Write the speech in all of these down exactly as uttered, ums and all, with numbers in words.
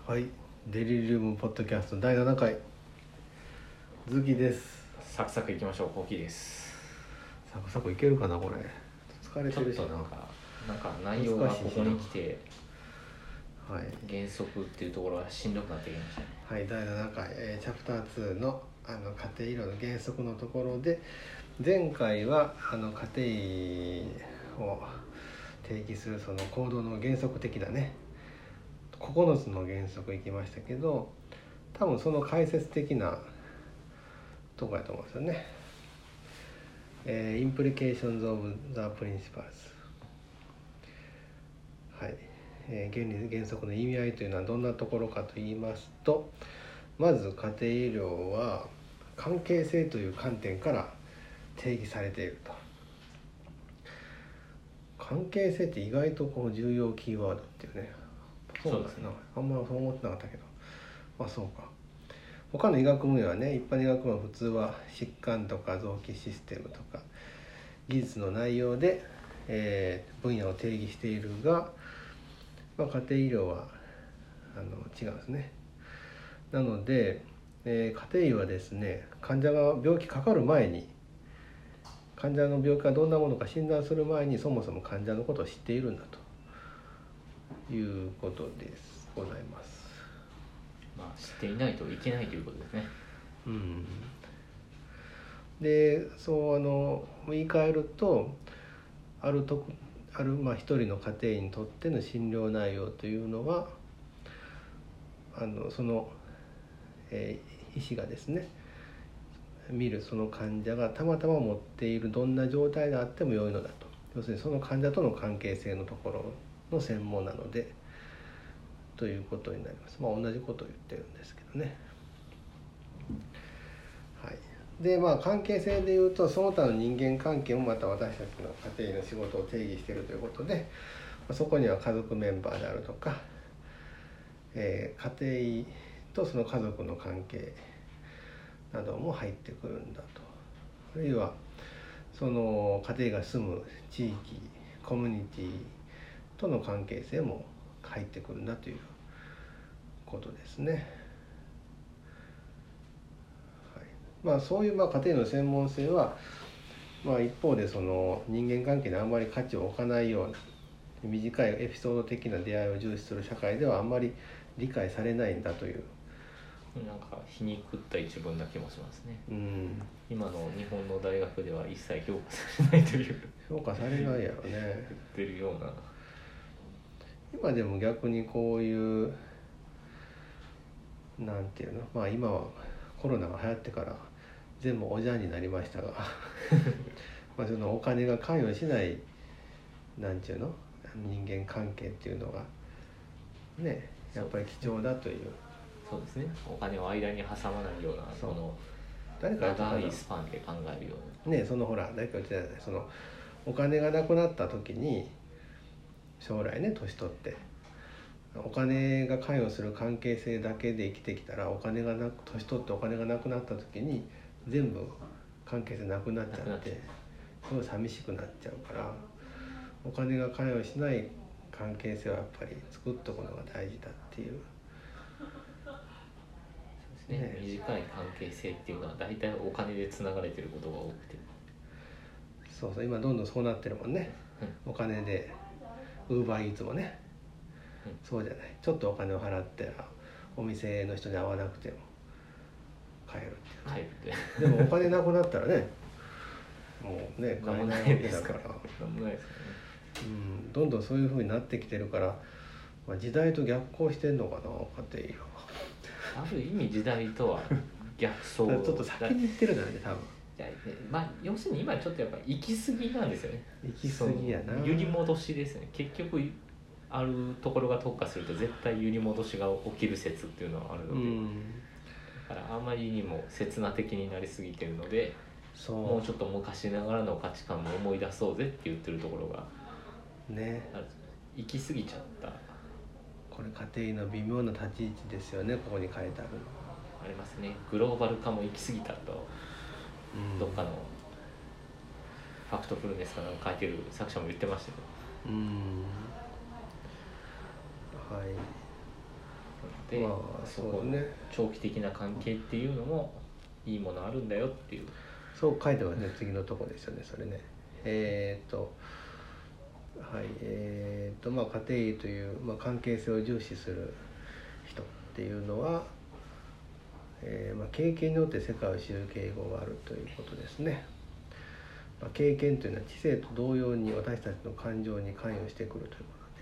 はい、デリリウムポッドキャストだいななかい、ズキです。 サクサクいきましょう。コーヒーです。 サクサクいけるかなこれ。疲れてるしな。 ちょっとなんかなんか内容がここに来て、 はい、 原則っていうところがしんどくなってきましたね。 はい、だいななかい、えー、チャプターツーのあの家庭医療の原則のところで、前回はあの家庭を定義するその行動の原則的なねここのつの原則いきましたけど、多分その解説的なとこやと思うんですよね。えー、Implications of the Principles、はい、えー、原理原則の意味合いというのはどんなところかと言いますと、まず家庭医療は関係性という観点から定義されていると。関係性って意外とこう重要キーワードっていうね。そうですね。あんまそう思ってなかったけど、まあそうか。他の医学分野はね、一般医学部は普通は疾患とか臓器システムとか技術の内容で、えー、分野を定義しているが、まあ、家庭医療はあの違うんですね。なので、えー、家庭医はですね、患者が病気かかる前に、患者の病気がどんなものか診断する前にそもそも患者のことを知っているんだということですございます。 まあ知っていないといけないということですね。 うん。で、そうあの言い換えると、あるとあるまあ一人の家庭医にとっての診療内容というのは、あのその、えー、医師がですね、見るその患者がたまたま持っているどんな状態であっても良いのだと。要するにその患者との関係性のところの専門なのでということになります。まあ同じことを言ってるんですけどね。はい。でまあ関係性でいうと、その他の人間関係もまた私たちの家庭の仕事を定義しているということで、そこには家族メンバーであるとか、えー、家庭とその家族の関係なども入ってくるんだと。あるいはその家庭が住む地域コミュニティとの関係性も入ってくるんだということですね。はい、まあそういうまあ家庭の専門性は、まあ、一方でその人間関係にあんまり価値を置かないような短いエピソード的な出会いを重視する社会ではあんまり理解されないんだという、 なんか皮肉った一文な気もしますね。 うん、 今の日本の大学では一切評価されないという評価されないやろね。 言ってるような。 今でも逆にこういうなんていうの、まあ今はコロナが流行ってから全部おじゃんになりましたがまあそのお金が関与しないなんていうの人間関係っていうのがね、やっぱり貴重だという。 そうですね。お金を間に挟まないような、その誰か長いスパンで考えるようなね、そのほら誰か言ってたじゃない、そのお金がなくなった時に将来ね年取ってお金が関与する関係性だけで生きてきたら、お金がなく年取ってお金がなくなった時に全部関係性なくなっちゃってすごい寂しくなっちゃうから、お金が関与しない関係性はやっぱり作っとくのが大事だっていう。 そうですね。短い関係性っていうのは大体お金でつながれてることが多くて、 そうそう、今どんどんそうなってるもんね、うん、お金でウーバーイーツもね、うん、そうじゃない、ちょっとお金を払ってお店の人に会わなくても買えるっていう、ね、 買えるってでもお金なくなったらねもうね買えないわけだからなんもないですからね。 うん、どんどんそういう風になってきてるから、まあ、時代と逆行してんのかな家庭医療は。 ある意味時代とは逆走ちょっと先に言ってるんだね多分。 まあ要するに今ちょっとやっぱ行き過ぎなんですよね。 行き過ぎやな。 揺り戻しですね。結局あるところが特化すると絶対揺り戻しが起きる説っていうのはあるので、うん、だからあまりにも刹那的になりすぎてるので、そうもうちょっと昔ながらの価値観も思い出そうぜって言ってるところがね、 行き過ぎちゃった。 これ家庭医の微妙な立ち位置ですよね。ここに書いてあるのありますね。グローバル化も行き過ぎたと、うん、どっかのファクトフルネスかなんか書いてる作者も言ってましたけど、 うん、はい。 で、 まあそこのそうね長期的な関係っていうのもいいものあるんだよっていう。 そう書いてますね。次のとこですよねそれね。えー、っとはいえー、っとまあ家庭医という、まあ、関係性を重視する人っていうのは、えーまあ、経験によって世界を知る傾向があるということですね。まあ、経験というのは知性と同様に私たちの感情に関与してくるという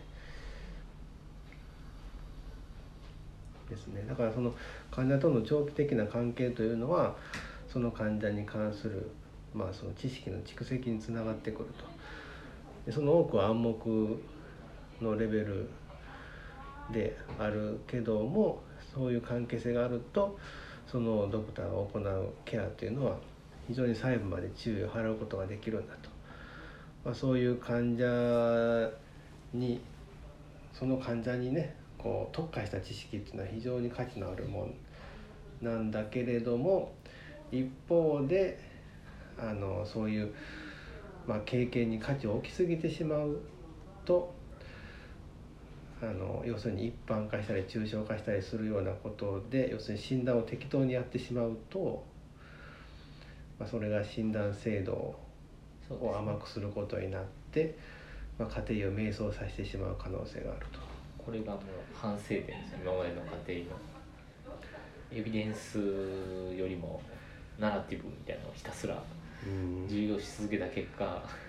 ことですね。だからその患者との長期的な関係というのはその患者に関する、まあ、その知識の蓄積につながってくると。でその多くは暗黙のレベルであるけども、そういう関係性があるとそのドクターが行うケアというのは非常に細部まで注意を払うことができるんだと。まあ、そういう患者にその患者にねこう特化した知識っていうのは非常に価値のあるもんなんだけれども、一方であのそういう、まあ、経験に価値を置きすぎてしまうと、あの要するに一般化したり抽象化したりするようなことで、要するに診断を適当にやってしまうと、まあ、それが診断精度を甘くすることになって、まあ、家庭医を迷走させてしまう可能性があると。 これがもう反省点ですね。今までの家庭のエビデンスよりもナラティブみたいなのをひたすら重要し続けた結果、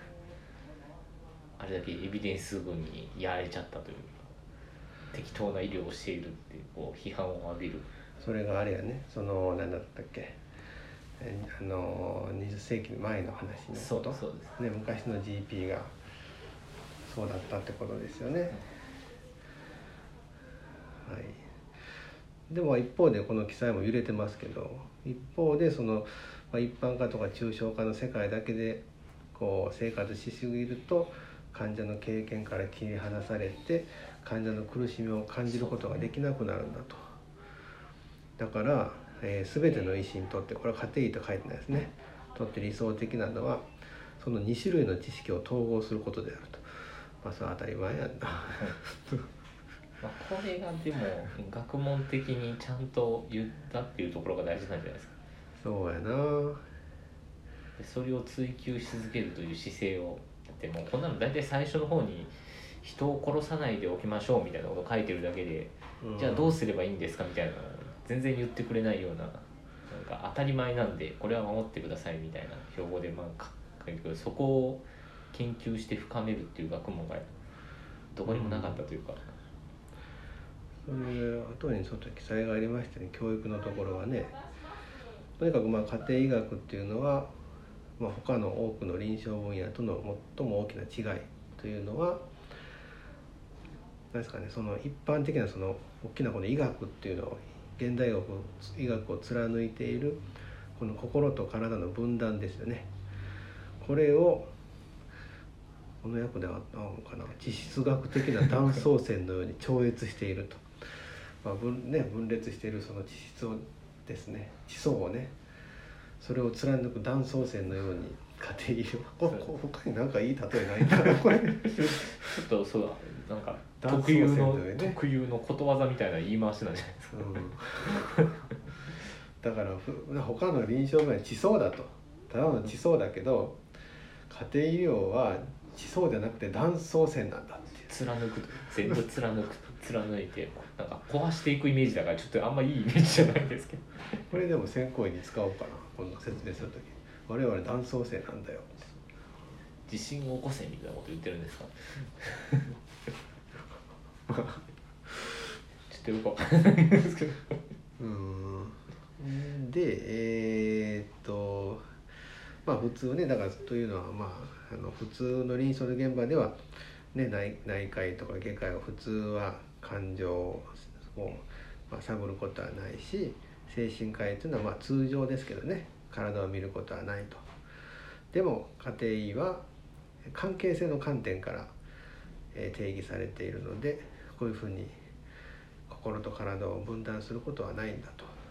あれだけエビデンス群にやられちゃったというか、適当な医療をしているっていうこう批判を浴びる。 それがあれやね、その何だったっけ、あのにじゅっ世紀前の話のこと。 そうです、 ね、昔の ジーピー がそうだったってことですよね、うん、はい。でも一方でこの記載も揺れてますけど、一方でその、まあ、一般化とか抽象化の世界だけでこう生活しすぎると患者の経験から切り離されて患者の苦しみを感じることができなくなるんだと。だから、えー、全ての医師にとって、これは家庭医と書いてないですね、とって理想的なのはそのに種類の知識を統合することであると。まあそれは当たり前やんなまあこれがでも学問的にちゃんと言ったっていうところが大事なんじゃないですか。 そうやな。 でそれを追求し続けるという姿勢を、だってもうこんなの大体最初の方に人を殺さないでおきましょうみたいなことを書いてるだけで、うん、じゃあどうすればいいんですかみたいなのを全然言ってくれないような、なんか当たり前なんでこれは守ってくださいみたいな標語でまあ書いてくる、そこを研究して深めるっていう学問がどこにもなかったというか、 うん、それ後にちょっと記載がありましたね、教育のところはね。とにかくまあ家庭医学っていうのは、まあ、他の多くの臨床分野との最も大きな違いというのは何ですかね、その一般的なその大きなこの医学っていうのを現代医学を貫いているこの心と体の分断ですよね。これをこの訳ではあるのかな、地質学的な断層線のように超越していると、まあ 分, ね、分裂しているその地質をですね、地層をね、それを貫く断層線のように家庭医療、他に何かいい例えないかなこれちょっとそうだ、なんか特有の、ね、特有のことわざみたいな言い回しなんじゃないですか、うん、 だから他の臨床分野地層だと、ただの地層だけど家庭医療は地層じゃなくて断層線なんだって貫く、全部貫く貫いてなんか壊していくイメージだからちょっとあんまいいイメージじゃないですけどこれでも選考医に使おうかな、この説明するとき我々断層線なんだよ、 地震を起こせみたいなこと言ってるんですかちょっとよくわかんないんですけどうーんでえー、っとまあ普通ね、だからというのはまああの普通の臨床の現場ではね、内, 内科医とか外科医は普通は感情を、まあ、探ることはないし、精神科医というのはまあ通常ですけどね、体を見ることはないと。でも家庭医は関係性の観点から定義されているので、こういうふうに心と体を分断することはないんだ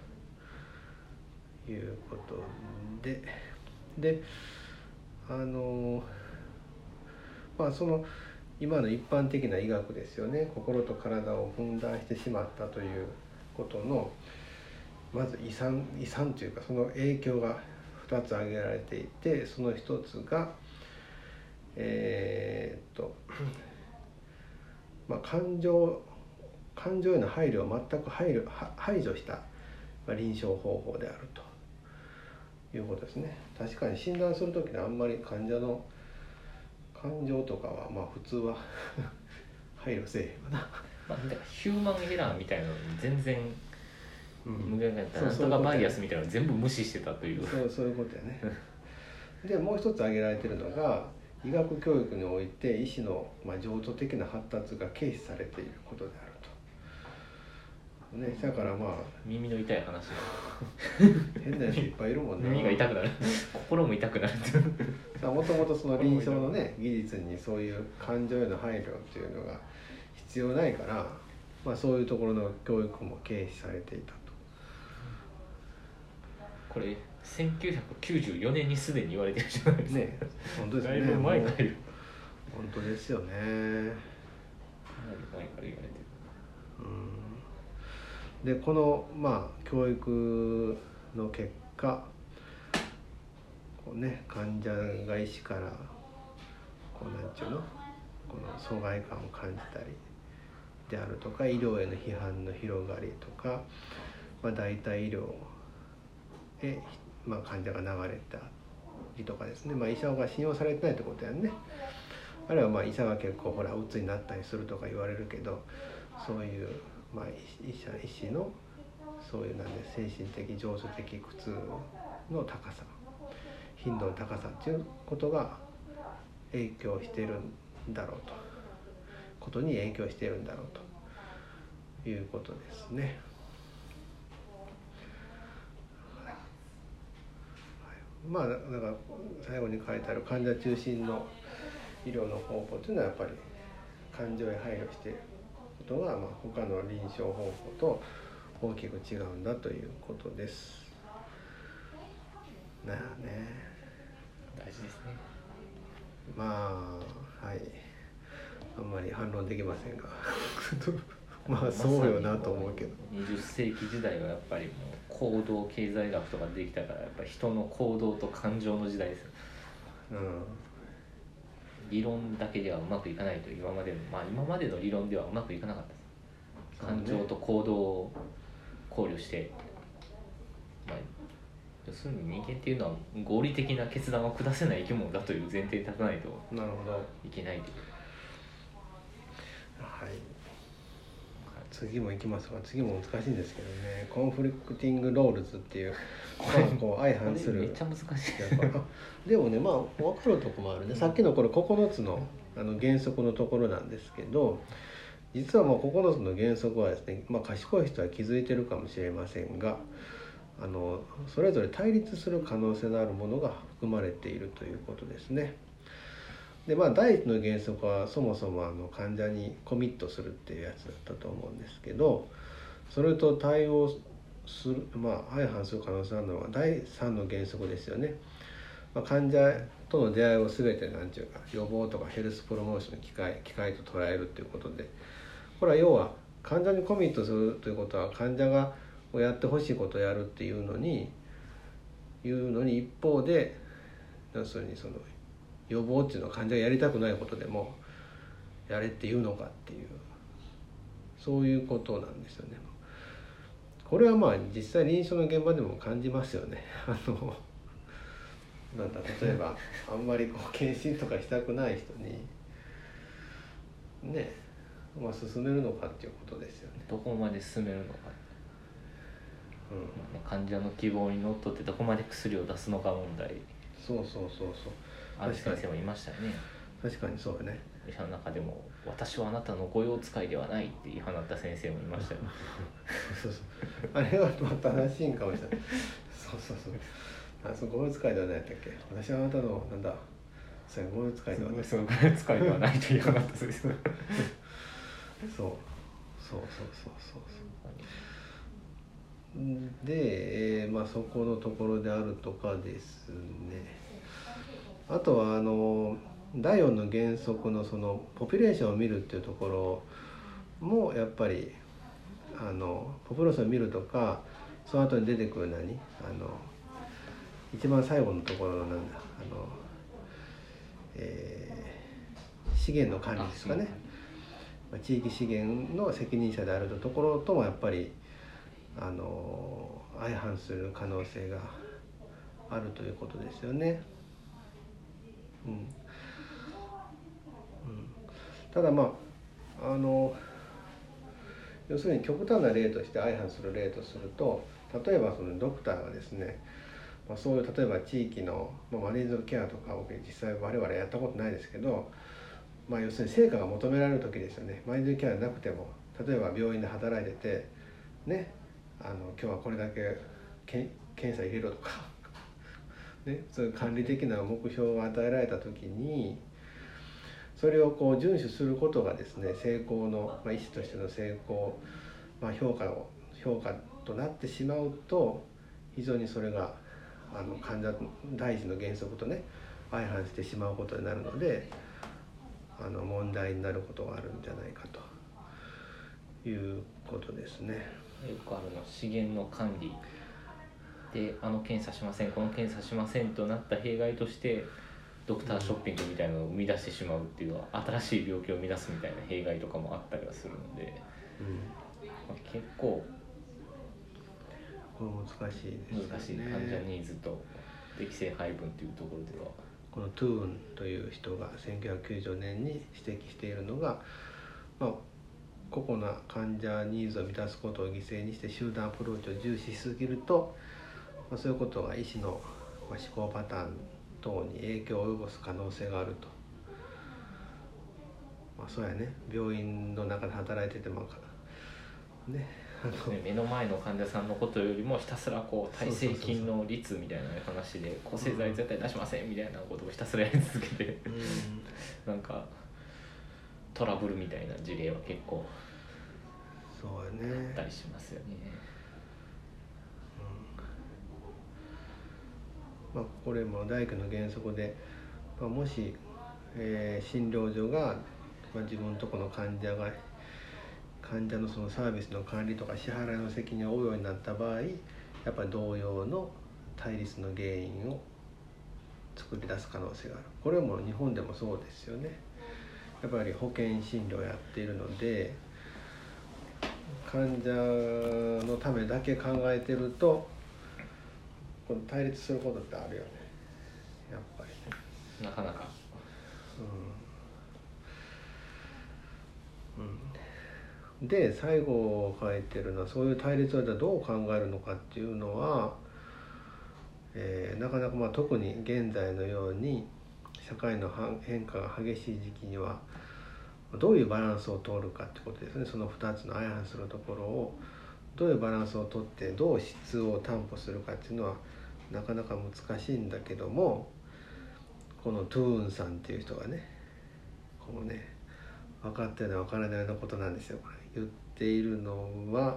ということで、であのまあその今の一般的な医学ですよね。心と体を分断してしまったということのまず遺産遺産というかその影響がふたつ挙げられていて、そのひとつがえー、っとまあ感情感情への配慮を全く配慮排除した臨床方法であるということですね。確かに診断するときにあんまり患者の感情とかはまあ普通は配慮せえへんわな。 まあ、だからヒューマンエラーみたいなのに全然無限だったうん、 なんとかバイアスみたいなの全部無視してたという。 そうそういうことやね。でもう一つ挙げられているのが医学教育において医師のまあ情緒的な発達が軽視されていることであると。ね、だからまあ耳の痛い話変なやついっぱいいるもんね。 耳が痛くなる心も痛くなるもともとその臨床のね技術にそういう感情への配慮っていうのが必要ないから、まあ、そういうところの教育も軽視されていたと。 これせんきゅうひゃくきゅうじゅうよねんにすでに言われてるじゃないですか。 ね、本当ですね。 だいぶ前から言う。 本当ですよね。 かなり前から言われてる。 うん。でこのまあ教育の結果、こうね患者が医師からこうなんちゅうのこの疎外感を感じたりであるとか、医療への批判の広がりとか、まあ、代替医療へ、まあ、患者が流れたりとかですね、まあ、医者が信用されてないってことやんね。あるいはまあ医者が結構ほら鬱になったりするとか言われるけど、そういう、まあ、医者医師のそういうなんで精神的情緒的苦痛の高さ、頻度の高さっていうことが影響しているんだろうとことに影響しているんだろうということですね。まあだから最後に書いてある患者中心の医療の方法というのはやっぱり感情へ配慮していることが、まあ、他の臨床方法と大きく違うんだということです。なあね。 大事ですね。 まあはい。あんまり反論できませんがまあそうよなと思うけど、 にじゅっせいき時代はやっぱりもう行動経済学とかできたから、やっぱり人の行動と感情の時代です。 うん、 理論だけではうまくいかないという今までの、まあ今までの理論ではうまくいかなかったです。感情と行動を考慮して、まあ、要するに人間っていうのは合理的な決断を下せない生き物だという前提に立たないとなるほどいけないという。 はい、次も行きますが、次も難しいんですけどね、コンフリクティングロールズっていう、まあ、こう相反するめっちゃ難しいでもね、まあ分かるとこもあるね、うん、さっきのこれここのつのあの原則のところなんですけど、実はまあここのつの原則はですね、まあ、賢い人は気づいてるかもしれませんが、あのそれぞれ対立する可能性のあるものが含まれているということですね。でまあ、第一の原則はそもそもあの患者にコミットするっていうやつだったと思うんですけど、それと対応する、まあ、相反する可能性があるのは第三の原則ですよね。まあ、患者との出会いを全て何ていうか予防とかヘルスプロモーションの機会、機会と捉えるということで、これは要は患者にコミットするということは患者がやってほしいことをやるっていうのに言うのに一方で、要するにその予防っていうのは患者がやりたくないことでもやれって言うのかっていう、そういうことなんですよね。これはまあ実際臨床の現場でも感じますよね。あのなんだ例えばあんまりこう検診とかしたくない人にね、まあ、進めるのかっていうことですよね。 どこまで進めるのか、うん、患者の希望にのっとってどこまで薬を出すのか問題。 そうそうそうそう。 ある先生もいましたよね。 確かにそうだね。 医者の中でも私はあなたの御用使いではないって言い放った先生もいましたよね。 そうそう、あれはまあ正しいんかもしれない。そうそうそう。あ、その御用使いではないやったっけ。私はあなたのなんだ。それ御用使いではない。 その御用使いではないと言い放った先生。そうそうそうそうそうそう。で、えー、まあそこのところであるとかですね。あとはあのだいよんの原則のそのポピュレーションを見るっていうところもやっぱりあのポピュレーションを見るとか、その後に出てくる何あの一番最後のところのなんだあの、えー、資源の管理ですかね、地域資源の責任者であるところともやっぱりあの相反する可能性があるということですよね。うん、うん、ただまああの要するに極端な例として相反する例とすると、例えばそのドクターがですね、まあ、そういう例えば地域の、まあ、マネージドケアとかを実際我々やったことないですけど、まあ、要するに成果が求められる時ですよね。マネージドケアなくても例えば病院で働いててね、あの今日はこれだけけ検査入れろとかね、そういう管理的な目標が与えられた時にそれをこう遵守することがですね、成功の、まあ、医師としての成功、まあ、評価を評価となってしまうと、非常にそれがあの患者第一の原則とね相反してしまうことになるので、あの問題になることがあるんじゃないかということですね。 よくあるの資源の管理で、あの検査しませんこの検査しませんとなった弊害としてドクターショッピングみたいなのを生み出してしまうっていうのは、新しい病気を生み出すみたいな弊害とかもあったりはするので、うんまあ、結構これ難しいですね。 難しい患者ニーズと適正配分というところでは、 このトゥーンという人がせんきゅうひゃくきゅうじゅうよねんに指摘しているのが、まあ、個々な患者ニーズを満たすことを犠牲にして集団アプローチを重視しすぎると、まあ、そういうことが医師の思考パターン等に影響を及ぼす可能性があると。まあそうやね、病院の中で働いててもね、あの目の前の患者さんのことよりもひたすらこう耐性菌の率みたいな話で抗生剤絶対出しませんみたいなことをひたすらやり続けて、うん、なんかトラブルみたいな事例は結構そうやねあったりしますよね。 まあ、これも大工の原則で、まあ、もし、えー、診療所が、まあ、自分のとこの患者が患者のそのサービスの管理とか支払いの責任を負うようになった場合、やっぱり同様の対立の原因を作り出す可能性がある。これも日本でもそうですよね。やっぱり保険診療をやっているので、患者のためだけ考えてるとこの対立することってあるよね、やっぱりね。なかなか、 うんうん、で最後書いてるのは、そういう対立をどう考えるのかっていうのは、えー、なかなかまあ特に現在のように社会の変化が激しい時期にはどういうバランスを取るかってことですね。そのふたつの相反するところをどういうバランスを取ってどう質を担保するかっていうのはなかなか難しいんだけども、このトゥーンさんっていう人がね、このね分かったような分からないようなことなんですよ。これ言っているのは、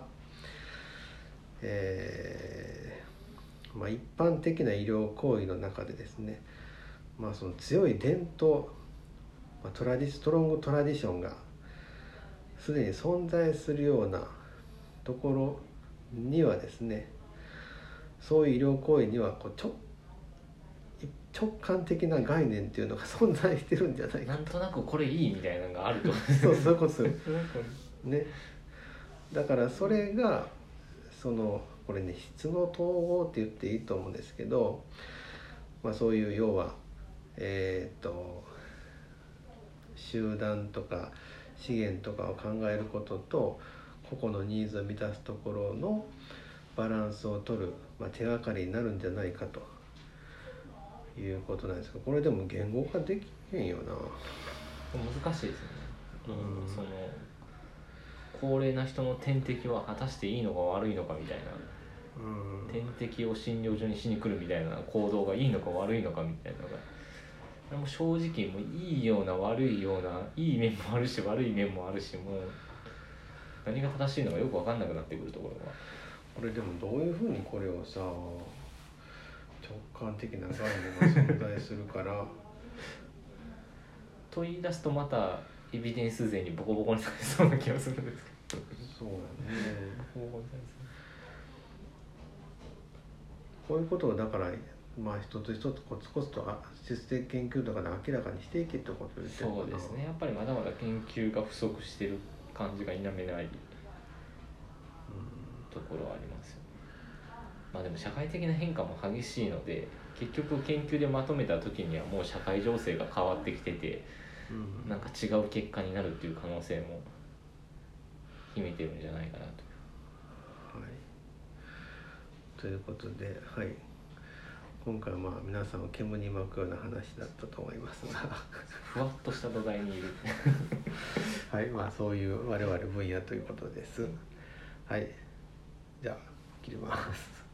えーまあ、一般的な医療行為の中でですね、まあ、その強い伝統、まあ、トラディストロングトラディションがすでに存在するようなところにはですね、そういう医療行為にはこうちょ直感的な概念っていうのが存在してるんじゃないか。 なんとなくこれいいみたいなのがあるとそうそういうことね。だからそれがそのこれね、質の統合って言っていいと思うんですけど、まあ、そういう要はえー、っと集団とか資源とかを考えることと個々のニーズを満たすところのバランスを取る、まあ、手がかりになるんじゃないかということなんですが、これでも言語化できへんよな。 難しいですよね、うん、その高齢な人の点滴は果たしていいのか悪いのかみたいな、うん、点滴を診療所にしに来るみたいな行動がいいのか悪いのかみたいなのが、もう正直もういいような悪いようないい面もあるし悪い面もあるし、もう何が正しいのかよく分かんなくなってくるところが。 これでもどういうふうにこれをさ直感的な概念が存在するからと言い出すとまたエビデンス勢にボコボコにされそうな気がするんですけどそうだねボコボコにされそうこういうことをだからまあ一つ一つコツコツと実践研究とかで明らかにしていけってことですね。そうですね。やっぱりまだまだ研究が不足してる感じが否めないところはありますよね。まあでも社会的な変化も激しいので、結局研究でまとめた時にはもう社会情勢が変わってきてて、うん、なんか違う結果になるっていう可能性も秘めてるんじゃないかなと。 はい。ということで、はい。今回はまあ皆さんを煙に巻くような話だったと思いますがふわっとした土台にいるはい、まあそういう我々分野ということです。はい、じゃあ切ります。